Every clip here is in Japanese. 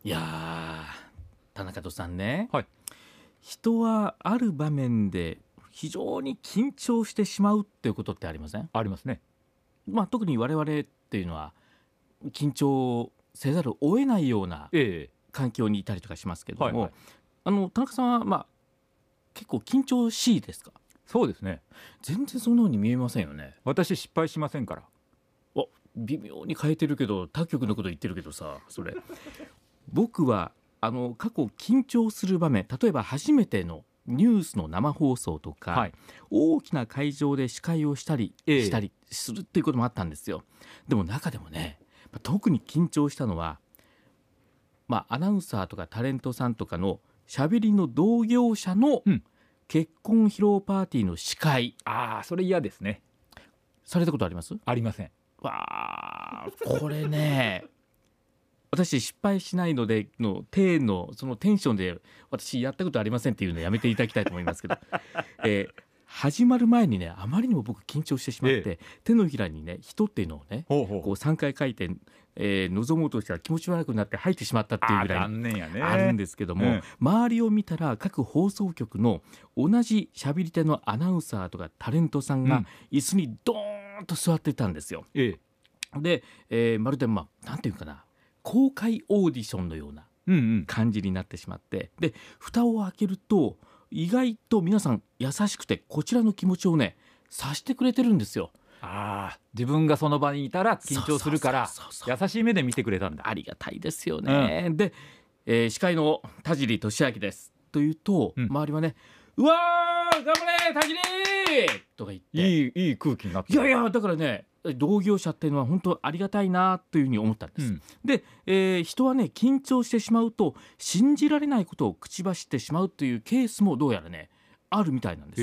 いやー、田中戸さんね、 はい。 人はある場面で非常に緊張してしまうっていうことってありません？ ありますね。 特に我々っていうのは緊張せざるを得ないようなえ環境にいたりとかしますけども、 はいはい田中さんは、結構緊張しいですか？ そうですね。 全然そのように見えませんよね。 私失敗しませんから。 微妙に変えてるけど他局のこと言ってるけどさ、それ僕は過去緊張する場面、例えば初めてのニュースの生放送とか、 はい。 大きな会場で司会をしたりええしたりするっていうこともあったんですよ。でも中でもね、特に緊張したのは、アナウンサーとかタレントさんとかのしゃべりの同業者のうん結婚披露パーティーの司会ああ、それ嫌ですね。 されたことあります？ ありません。 これね私失敗しないのでの体のそのテンションで私やったことありませんっていうのやめていただきたいと思いますけど、始まる前にね、あまりにも僕緊張してしまって、手のひらにね人っていうのをねほうほうこう3回回転、望もうとしたら気持ち悪くなって入ってしまったっていうぐらい残念やね。 あるんですけども、周りを見たら各放送局の同じしゃべり手のアナウンサーとかタレントさんが椅子にドーンと座ってたんですよ。 ええで、まるでなんていうかな、公開オーディションのようなうんうん感じになってしまって、で蓋を開けると意外と皆さん優しくてこちらの気持ちをね察してくれてるんですよ。 自分がその場にいたら緊張するからそうそうそうそう優しい目で見てくれたんだ。 ありがたいですよね。で、司会の田尻俊明ですというと、周りはね、うわー頑張れ田尻とか言っていい空気になっていやだからね、同業者っていうのは本当ありがたいなというふうに思ったんです。で、人はね緊張してしまうと信じられないことを口走ってしまうというケースもどうやらねあるみたいなんです。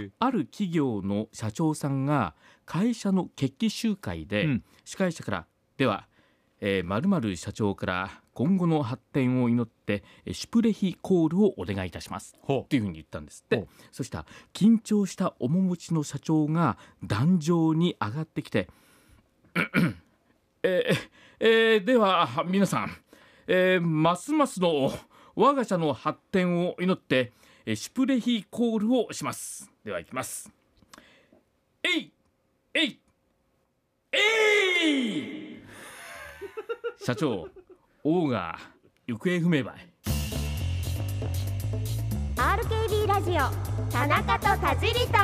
ある企業の社長さんが会社の決起集会で、司会者からでは、〇〇社長から今後の発展を祈ってシュプレヒコールをお願いいたしますっていうふうに言ったんですって。そしたら緊張した面持ちの社長が壇上に上がってきてでは皆さん、ますますの我が社の発展を祈ってシュプレヒコールをします。では行きます。えいえいえい社長、王が行方不明ばい。 RKB ラジオ田中と田尻と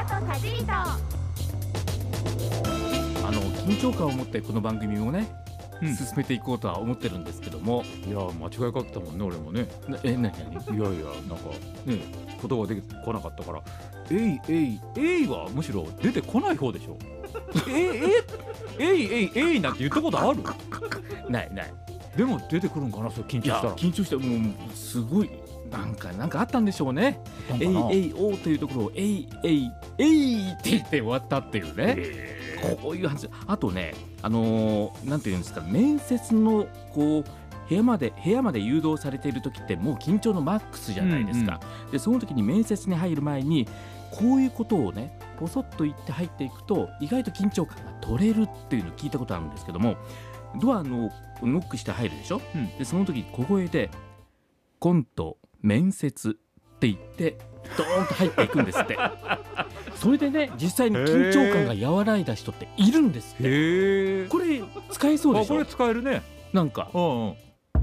緊張感を持ってこの番組をね、進めていこうとは思ってるんですけども、 いや間違いかけたもんね俺もね。 何いやなんかね言葉出てこなかったからえいはむしろ出てこない方でしょ。えいなんて言ったことある？ ないでも出てくるんかな、そう緊張したら。 緊張してもうすごいなんかあったんでしょうね。えいおというところをえいって言って終わったっていうね、こういう話。あとね、なんていうんですか、面接のこう部屋まで誘導されている時ってもう緊張のマックスじゃないですか。でその時に面接に入る前にこういうことをねポソッと言って入っていくと意外と緊張感が取れるっていうのを聞いたことあるんですけども、ドアのノックして入るでしょ、でその時小声でコント面接って言ってドーンと入っていくんですってそれでね実際に緊張感が和らいだ人っているんですって。これ使えそうでしょ。 これ使えるね。 なんかコ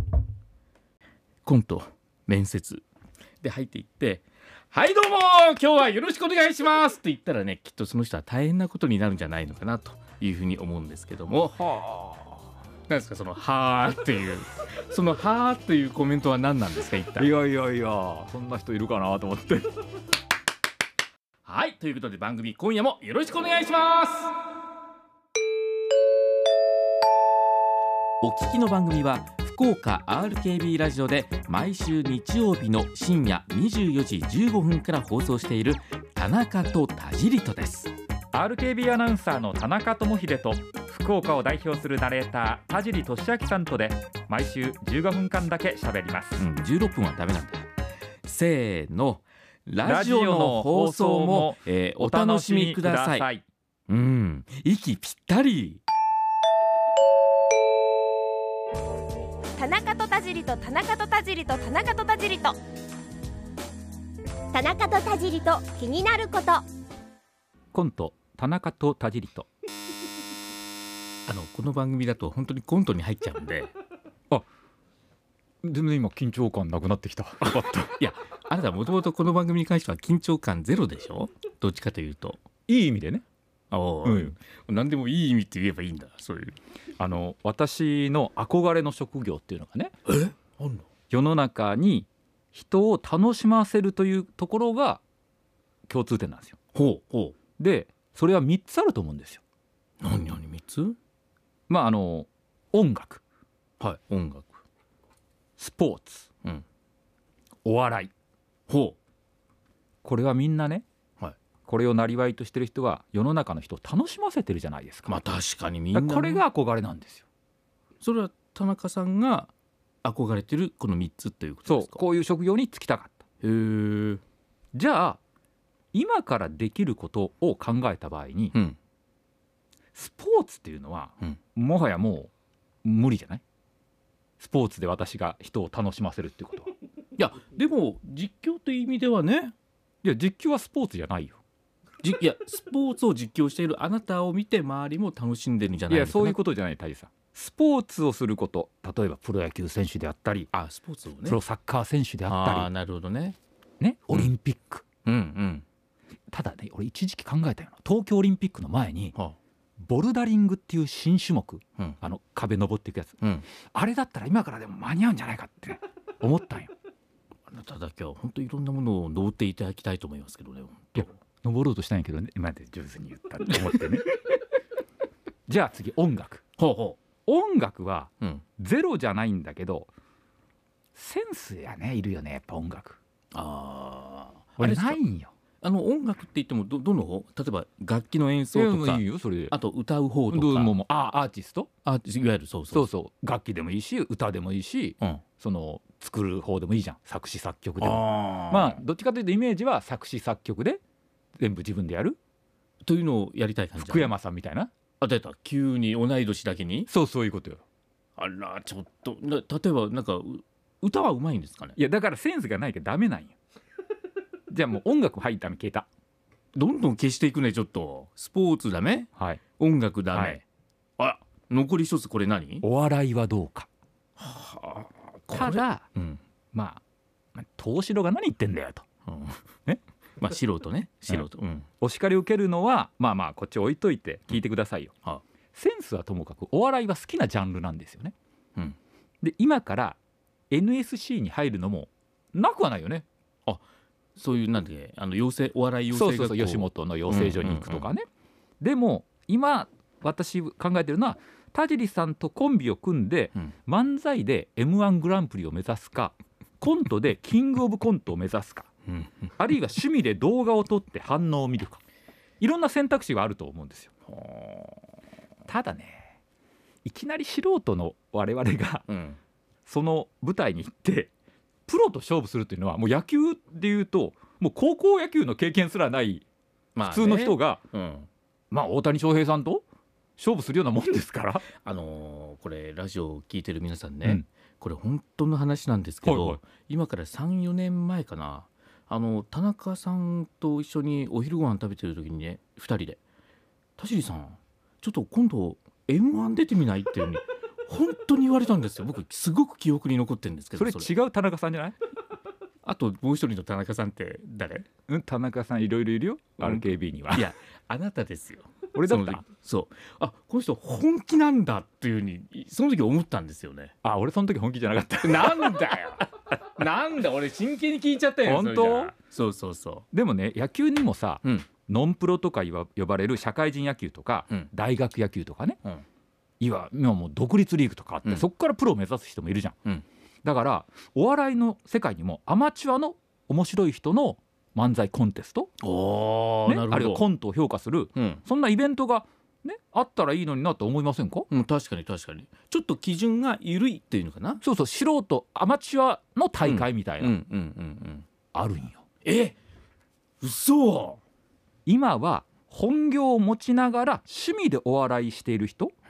ント面接で入っていって、はいどうも今日はよろしくお願いしますって言ったらね、きっとその人は大変なことになるんじゃないのかなというふうに思うんですけども、なんですかそのはーっていうそのはーっていうコメントは何なんですか一体。 いやそんな人いるかなと思ってはい、ということで番組今夜もよろしくお願いします。お聞きの番組は福岡 RKB ラジオで毎週日曜日の深夜24時15分から放送している田中と田尻とです。 RKB アナウンサーの田中智秀と福岡を代表するナレーター田尻俊明さんとで毎週15分間だけ喋ります。 16分はダメなんだ。せーの、ラジオの放送も、お楽しみください。息ぴったり。 田中と田尻と田中と田尻と田中と田尻と田中と田尻と気になること。 コント田中と田尻と。 この番組だと本当にコントに入っちゃうんで全然今緊張感なくなってきた。よかった。 いや、あなたもともとこの番組に関しては緊張感ゼロでしょ。どっちかというといい意味でね。 何でもいい意味って言えばいいんだ。そういう私の憧れの職業っていうのがね、 あんの？ 世の中に人を楽しませるというところが共通点なんですよ。 ほう。 でそれは3つあると思うんですよ。 何3つ？ 音楽、 音楽、 スポーツ、お笑い。これはみんなね、これを生業としてる人は世の中の人を楽しませてるじゃないですか。 確かにみんな、ね、 これが憧れなんですよ。 それは田中さんが憧れてるこの3つということですか？ そう、こういう職業に就きたかった。じゃあ今からできることを考えた場合に、スポーツっていうのは、もはやもう無理じゃない？スポーツで私が人を楽しませるっていうことは。いやでも実況という意味ではね。 いや実況はスポーツじゃないよ。 いやスポーツを実況しているあなたを見て周りも楽しんでるんじゃないですか。 いやそういうことじゃない。大さん、スポーツをすること、例えばプロ野球選手であったり、 スポーツをね、 プロサッカー選手であったり、 なるほどね、 オリンピック、ただね、俺一時期考えたよな。東京オリンピックの前に、ボルダリングっていう新種目、壁登っていくやつ、あれだったら今からでも間に合うんじゃないかって思ったんよ。 あなただけは本当いろんなものを登っていただきたいと思いますけどね。 いや登ろうとしたんやけどね、今まで上手に言ったと思ってねじゃあ次音楽。音楽はゼロじゃないんだけど、センスやね、いるよねやっぱ音楽。俺ないんよ。 音楽って言ってもどの方？例えば楽器の演奏とか、 いいよそれで。 あと歌う方とか、 アーティスト、 いわゆるそう楽器でもいいし歌でもいいし、その作る方でもいいじゃん。作詞作曲でも。どっちかというとイメージは作詞作曲で全部自分でやるというのをやりたい感じ。 福山さんみたいな。 出た、急に同い年だけに。 そういうことよ。 あらちょっと例えばなんか歌はうまいんですかね。 いやだからセンスがないからダメなんよじゃあもう音楽ダメ消えた。 どんどん消していくね。ちょっとスポーツダメ、音楽ダメ、残り一つこれ何？ お笑いはどうか。ただ、東城が何言ってんだよと、 素人ね、 お叱り受けるのはこっち置いといて聞いてくださいよ。センスはともかくお笑いは好きなジャンルなんですよね。で今から NSC に入るのもなくはないよね。 そういうなんでお笑い養成学校、 吉本の養成所に行くとかね。でも今私考えてるのは、田尻さんとコンビを組んで、漫才で M1 グランプリを目指すか、コントでキングオブコントを目指すか、あるいは趣味で動画を撮って反応を見るか、いろんな選択肢があると思うんですよ。ただね、いきなり素人の我々が、その舞台に行ってプロと勝負するっていうのは、もう野球でいうともう高校野球の経験すらない普通の人が、大谷翔平さんと勝負するようなもんですから。 これラジオを聞いてる皆さんね、これ本当の話なんですけど、今から 3,4 年前かな、田中さんと一緒にお昼ご飯食べてる時にね、2人で田尻さんちょっと今度 M1 出てみないっていう風に本当に言われたんですよ。僕すごく記憶に残ってるんですけど。 それ違う田中さんじゃない？ あともう一人の田中さんって誰？ 田中さんいろいろいるよ、RKB には。 いやあなたですよ。 俺だった。 この人本気なんだっていう風にその時思ったんですよね。 俺その時本気じゃなかった。 なんだよなんだ、俺真剣に聞いちゃったよ。 本当？ そうでもね、野球にもさ、ノンプロとか呼ばれる社会人野球とか、大学野球とかね、今もう独立リーグとかあって、そこからプロを目指す人もいるじゃん。だからお笑いの世界にもアマチュアの面白い人の漫才コンテスト、あるいはコントを評価する、そんなイベントが、あったらいいのになと思いませんか？ 確かにちょっと基準が緩いっていうのかな。 素人アマチュアの大会みたいな、あるんよ。 嘘。 今は本業を持ちながら趣味でお笑いしている人、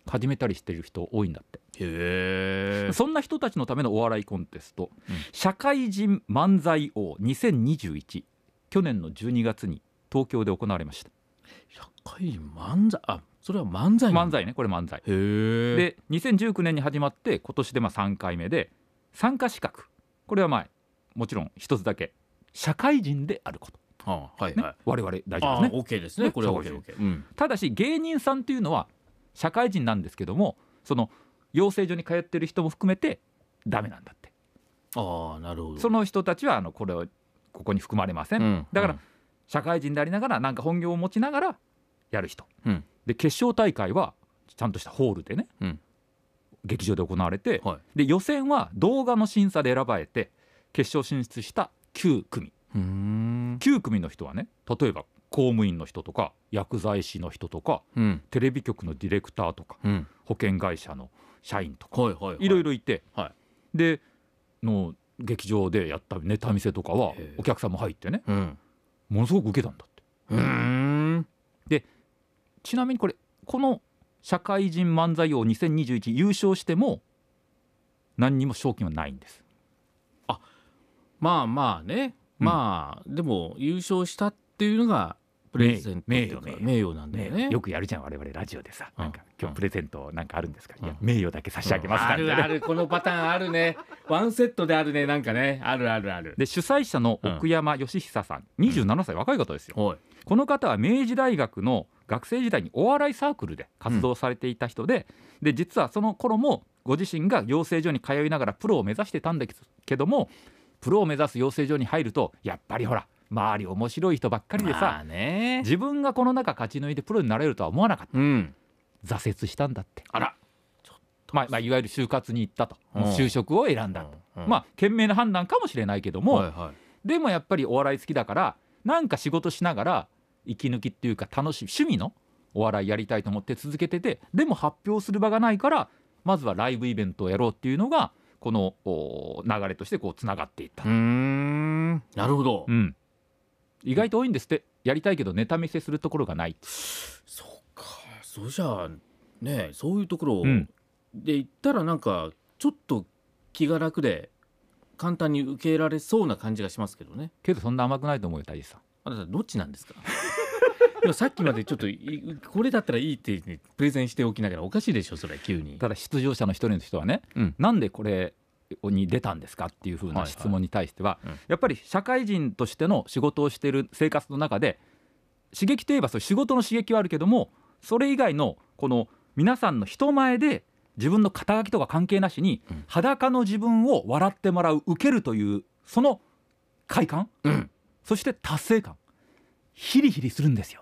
始めたりしてる人多いんだって。 へえ。 そんな人たちのためのお笑いコンテスト、社会人漫才王2021、去年の12月に東京で行われました。 社会人漫才、あ、それは漫才。 漫才ね、これ漫才。 へえ。 で2019年に始まって今年で3回目で、参加資格、これはもちろん一つだけ、社会人であること、 はいはい、 ね、我々大丈夫ですね。 OK ですね、これは OK。 ただし芸人さんというのは社会人なんですけども、その養成所に通ってる人も含めてダメなんだって。 ああ、なるほど。 その人たちはここに含まれません、だから社会人でありながらなんか本業を持ちながらやる人、で決勝大会はちゃんとしたホールでね、劇場で行われて、で予選は動画の審査で選ばれて決勝進出した9組。9組の人はね、例えば公務員の人とか薬剤師の人とか、テレビ局のディレクターとか、保険会社の社員とか、いろいろいて、での劇場でやったネタ見せとかはお客さんも入ってね、ものすごく受けたんだって。でちなみにこの社会人漫才王2021優勝しても何にも賞金はないんです。 あ、まあね、まあでも優勝したっていうのがプレゼントっていうか名誉なんだよね。 よくやるじゃん我々ラジオでさ、なんか今日プレゼントなんかあるんですか、いや名誉だけ差し上げますからね。 あるこのパターンあるね。ワンセットであるね、なんかね、ある。 で主催者の奥山義久さん、27歳、若い方ですよ。この方は明治大学の学生時代にお笑いサークルで活動されていた人で、実はその頃もご自身が養成所に通いながらプロを目指してたんだけども、プロを目指す養成所に入るとやっぱりほら周り面白い人ばっかりでさ、自分がこの中勝ち抜いてプロになれるとは思わなかった、挫折したんだって。 あら、 ちょっといわゆる就活に行ったと、就職を選んだと、賢明な判断かもしれないけども、でもやっぱりお笑い好きだからなんか仕事しながら息抜きっていうか楽しい趣味のお笑いやりたいと思って続けてて、でも発表する場がないからまずはライブイベントをやろうっていうのがこの流れとしてつながっていった。 なるほど、 意外と多いんですって、やりたいけどネタ見せするところがない。 そうか、そうじゃあね、そういうところで言ったらなんかちょっと気が楽で簡単に受け入れられそうな感じがしますけどね。 けどそんな甘くないと思うよ、大地さん。 あなたどっちなんですか？さっきまでちょっとこれだったらいいって、プレゼンしておきながらおかしいでしょそれ急に。 ただ出場者の一人の人はね、なんでこれに出たんですかっていう風な質問に対しては、やっぱり社会人としての仕事をしている生活の中で刺激といえばそういう仕事の刺激はあるけども、それ以外のこの皆さんの人前で自分の肩書きとか関係なしに裸の自分を笑ってもらう、受けるというその快感、そして達成感、ヒリヒリするんですよ。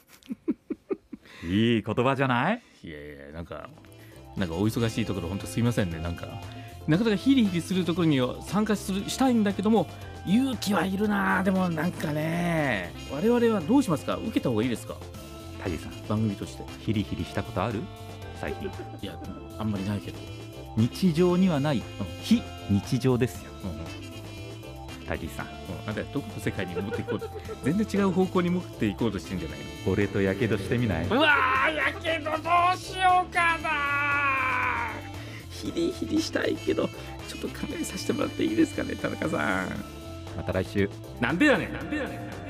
いい言葉じゃない？ いやなんかお忙しいところ本当すいませんね。なかなかヒリヒリするところに参加したいんだけども勇気はいるな。でもなんかね、我々はどうしますか？受けた方がいいですか？ タジさん、 番組としてヒリヒリしたことある？最近。 いやあんまりないけど。 日常にはない非日常ですよ、タジさん。 なんかどこの世界に持っていこうと全然違う方向に持っていこうとしてるんじゃないの？ 俺とやけどしてみない？ うわー、やけどどうしようかな。ヒリヒリしたいけどちょっと考えさせてもらっていいですかね、田中さん。 また来週。 なんでやねん。